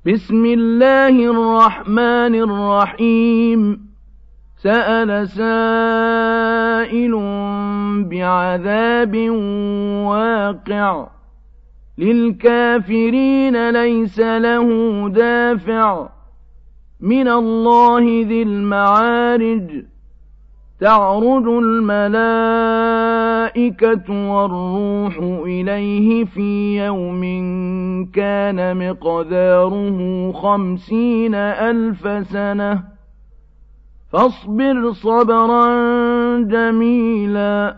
بسم الله الرحمن الرحيم سأل سائل بعذاب واقع للكافرين ليس له دافع من الله ذي المعارج تعرج الملائكة والروح إليه في يوم كان مقداره 50,000 سنة فاصبر صبرا جميلا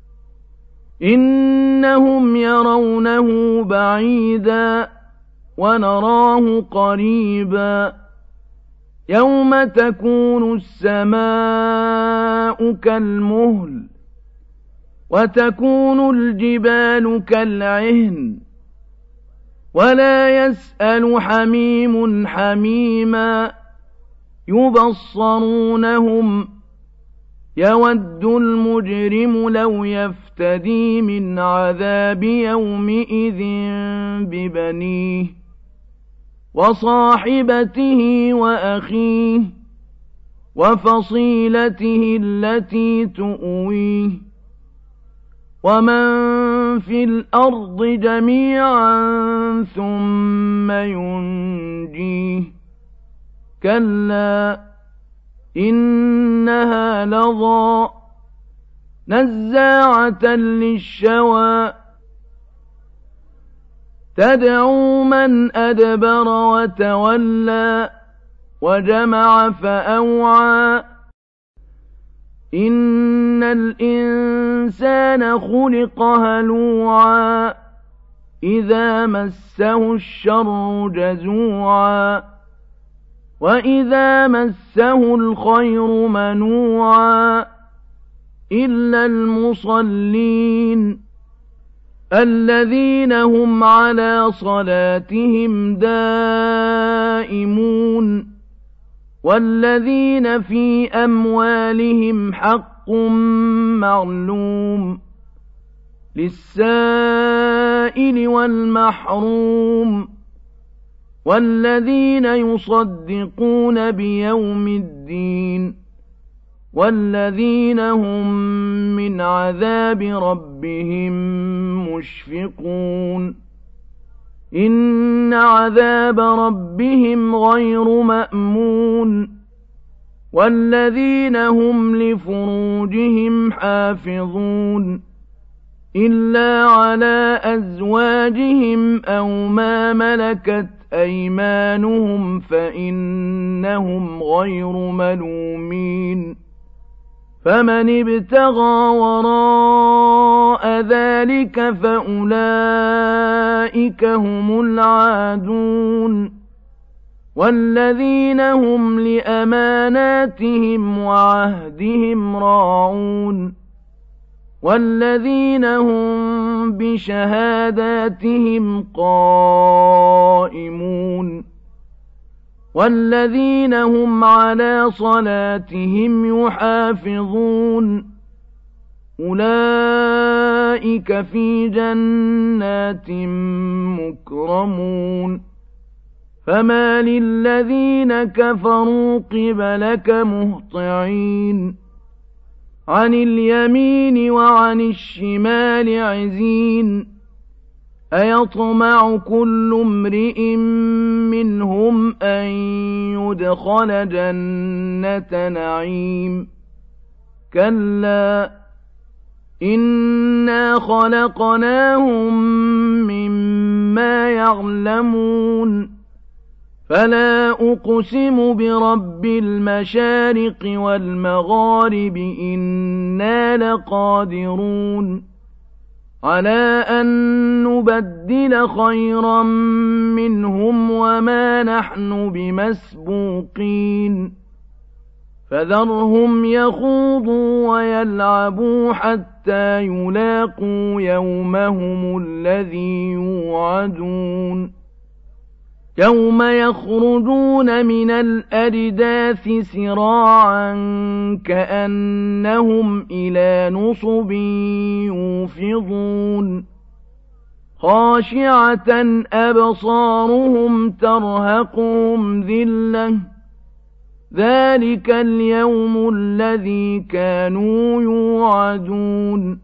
إنهم يرونه بعيدا ونراه قريبا يوم تكون السماء كالمهل وتكون الجبال كالعهن ولا يسأل حميم حميما يبصرونهم يود المجرم لو يفتدي من عذاب يومئذ ببنيه وصاحبته وأخيه وفصيلته التي تؤويه ومن في الأرض جميعا ثم ينجيه كلا إنها لظى نزاعة للشوى تدعو من أدبر وتولى وجمع فأوعى إن الإنسان خلق هلوعا إذا مسه الشر جزوعا وإذا مسه الخير منوعا إلا المصلين الذين هم على صلاتهم دائمون والذين في أموالهم حق معلوم للسائل والمحروم والذين يصدقون بيوم الدين والذين هم من عذاب ربهم مشفقون إن عذاب ربهم غير مأمون والذين هم لفروجهم حافظون إلا على أزواجهم أو ما ملكت أيمانهم فإنهم غير ملومين فمن ابتغى وراء ذلك فأولئك هم العادون والذين هم لأماناتهم وعهدهم راعون والذين هم بشهاداتهم قائمون والذين هم على صلاتهم يحافظون أولئك في جنات مكرمون فما للذين كفروا قبلك مهطعين عن اليمين وعن الشمال عزين أيطمع كل امرئ منهم أن يدخل جنة نعيم كلا إنا خلقناهم مما يعلمون فلا أقسم برب المشارق والمغارب إنا لقادرون على أن نبدل خيرا منهم وما نحن بمسبوقين فذرهم يخوضوا ويلعبوا حتى يلاقوا يومهم الذي يوعدون يوم يخرجون من الأجداث سراعا كأنهم إلى نصب يوفضون خاشعة أبصارهم ترهقهم ذلة ذلك اليوم الذي كانوا يوعدون